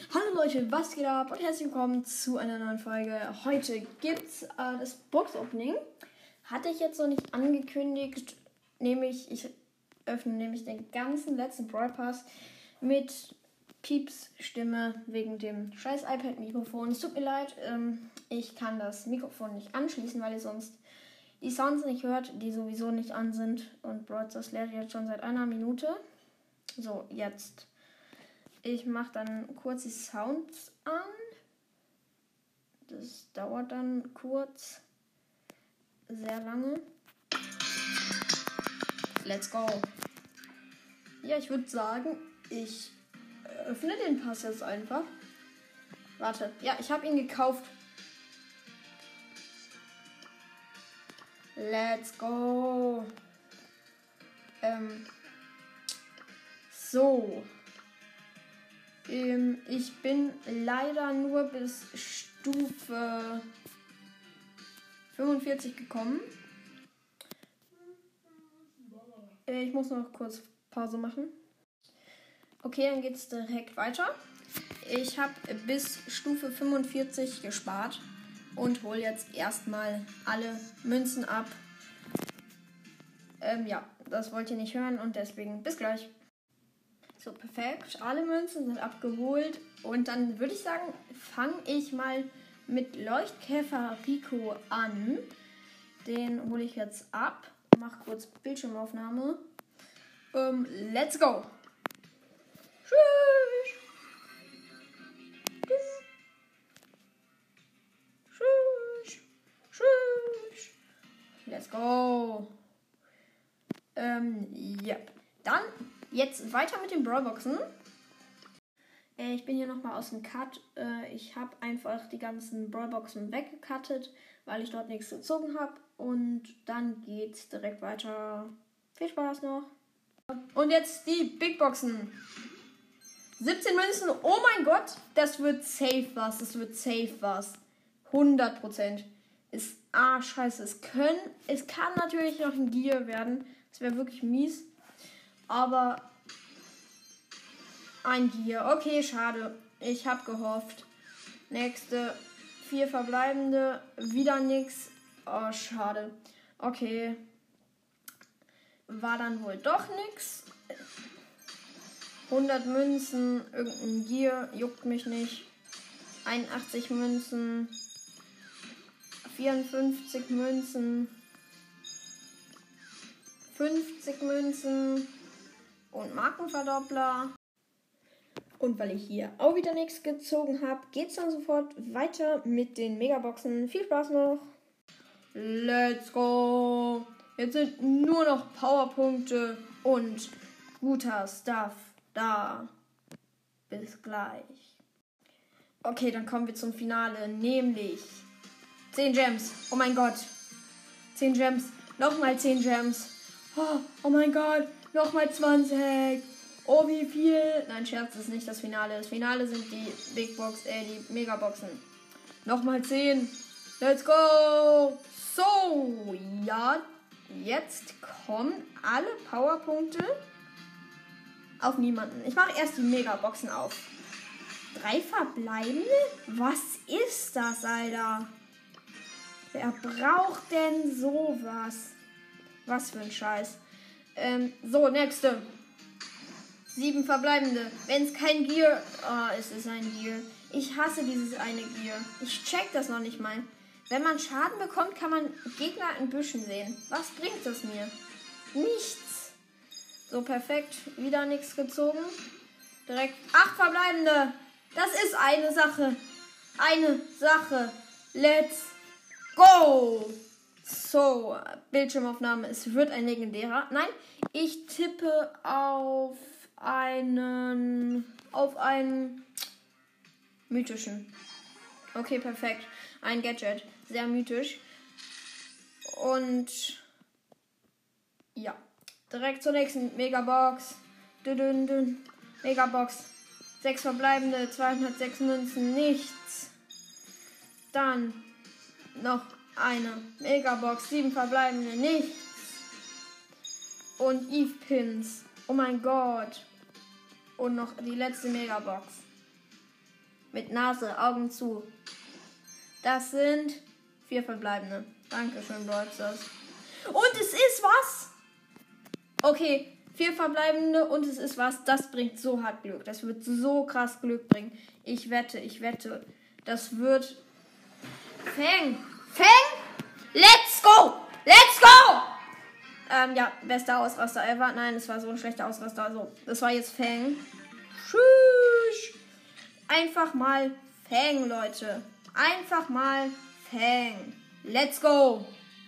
Hallo Leute, was geht ab und herzlich willkommen zu einer neuen Folge. Heute gibt's das Box-Opening. Hatte ich jetzt noch nicht angekündigt, ich öffne nämlich den ganzen letzten Brawl Pass mit Pieps Stimme wegen dem scheiß iPad-Mikrofon. Es tut mir leid, ich kann das Mikrofon nicht anschließen, weil ihr sonst die Sounds nicht hört, die sowieso nicht an sind. Und Brawl Stars lädt jetzt schon seit einer Minute. So, jetzt. Ich mache dann kurz die Sounds an. Das dauert dann kurz. Sehr lange. Let's go. Ja, ich würde sagen, ich öffne den Pass jetzt einfach. Warte. Ja, ich habe ihn gekauft. Let's go. So. Ich bin leider nur bis Stufe 45 gekommen. Ich muss noch kurz Pause machen. Okay, dann geht's direkt weiter. Ich habe bis Stufe 45 gespart und hole jetzt erstmal alle Münzen ab. Ja, das wollt ihr nicht hören und deswegen bis gleich. So, perfekt. Alle Münzen sind abgeholt. Und dann würde ich sagen, fange ich mal mit Leuchtkäfer Rico an. Den hole ich jetzt ab. Mach kurz Bildschirmaufnahme. Let's go. Tschüss. Tschüss. Tschüss. Let's go. Ja. Dann jetzt weiter mit den Brawlboxen. Ich bin hier nochmal aus dem Cut. Ich habe einfach die ganzen Brawlboxen weggecuttet, weil ich dort nichts gezogen habe. Und dann geht's direkt weiter. Viel Spaß noch. Und jetzt die Big Boxen. 17 Münzen. Oh mein Gott, das wird safe was. 100%. Scheiße. Es kann natürlich noch ein Gear werden. Das wäre wirklich mies. Aber ein Gear. Okay, schade. Ich habe gehofft. Nächste 4 verbleibende. Wieder nix. Oh, schade. Okay. War dann wohl doch nix. 100 Münzen. Irgendein Gear. Juckt mich nicht. 81 Münzen. 54 Münzen. 50 Münzen. Und Markenverdoppler. Und weil ich hier auch wieder nichts gezogen habe, geht es dann sofort weiter mit den Megaboxen. Viel Spaß noch. Let's go. Jetzt sind nur noch Powerpunkte und guter Stuff da. Bis gleich. Okay, dann kommen wir zum Finale, nämlich 10 Gems. Oh mein Gott. 10 Gems. Nochmal 10 Gems. Oh mein Gott. Nochmal 20. Oh, wie viel. Nein, Scherz, das ist nicht das Finale. Das Finale sind die die Megaboxen. Nochmal 10. Let's go. So, ja. Jetzt kommen alle Powerpunkte auf niemanden. Ich mache erst die Megaboxen auf. 3 verbleibende? Was ist das, Alter? Wer braucht denn sowas? Was für ein Scheiß. So, nächste. 7 verbleibende. Wenn es kein Gear... es ist ein Gear. Ich hasse dieses eine Gear. Ich check das noch nicht mal. Wenn man Schaden bekommt, kann man Gegner in Büschen sehen. Was bringt das mir? Nichts. So, perfekt. Wieder nichts gezogen. Direkt 8 verbleibende. Das ist eine Sache. Eine Sache. Let's go. So, Bildschirmaufnahme. Es wird ein legendärer. Nein, ich tippe auf einen mythischen. Okay, perfekt. Ein Gadget. Sehr mythisch. Und ja, direkt zur nächsten Megabox. Megabox. 6 verbleibende, 206 Münzen, nichts. Dann noch eine Megabox, 7 verbleibende, nichts. Und Eve Pins. Oh mein Gott. Und noch die letzte Megabox. Mit Nase, Augen zu. Das sind 4 verbleibende. Dankeschön, Brawl Stars. Und es ist was? Okay, 4 verbleibende und es ist was. Das bringt so hart Glück. Das wird so krass Glück bringen. Ich wette. Das wird... Fang! Let's go! Ja, bester Ausraster ever. Nein, es war so ein schlechter Ausraster. Also, das war jetzt Fang. Tschüss. Einfach mal Fang, Leute. Einfach mal Fang. Let's go.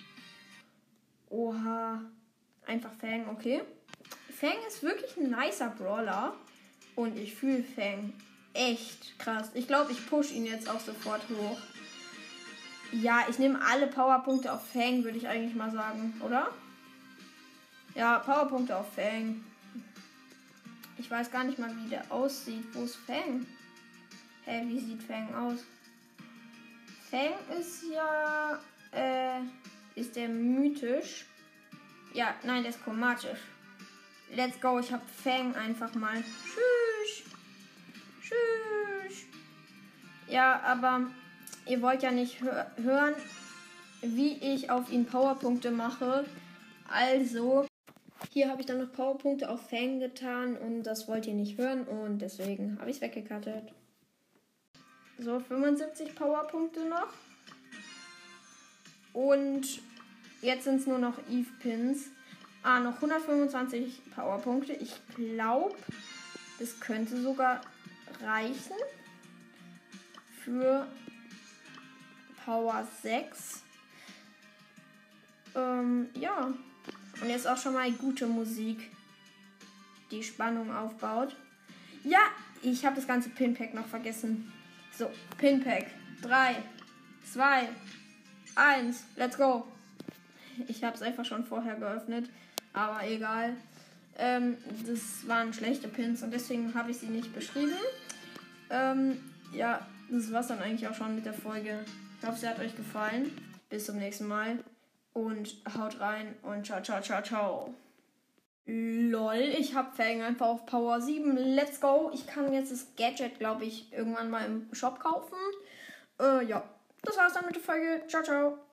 Oha. Einfach Fang, okay. Fang ist wirklich ein nicer Brawler. Und ich fühle Fang echt krass. Ich glaube, ich push ihn jetzt auch sofort hoch. Ja, ich nehme alle Powerpunkte auf Fang, würde ich eigentlich mal sagen, oder? Ja, Powerpunkte auf Fang. Ich weiß gar nicht mal, wie der aussieht. Wo ist Fang? Hä, wie sieht Fang aus? Fang ist ja... ist der mythisch? Ja, nein, der ist chromatisch. Let's go, ich hab Fang einfach mal. Tschüss. Ja, aber ihr wollt ja nicht hören, wie ich auf ihn Powerpunkte mache. Also, hier habe ich dann noch Powerpunkte auf Fang getan und das wollt ihr nicht hören und deswegen habe ich es weggekattet. So, 75 Powerpunkte noch. Und jetzt sind es nur noch Eve-Pins. Noch 125 Powerpunkte. Ich glaube, das könnte sogar reichen für Power 6. Ja. Und jetzt auch schon mal gute Musik, die Spannung aufbaut. Ja, ich habe das ganze Pinpack noch vergessen. So, Pinpack. 3, 2, 1, let's go. Ich habe es einfach schon vorher geöffnet, aber egal. Das waren schlechte Pins und deswegen habe ich sie nicht beschrieben. Ja, das war's dann eigentlich auch schon mit der Folge. Ich hoffe, sie hat euch gefallen. Bis zum nächsten Mal und haut rein und ciao. Lol, ich habe Fang einfach auf Power 7. Let's go. Ich kann jetzt das Gadget, glaube ich, irgendwann mal im Shop kaufen. Ja, das war's dann mit der Folge. Ciao.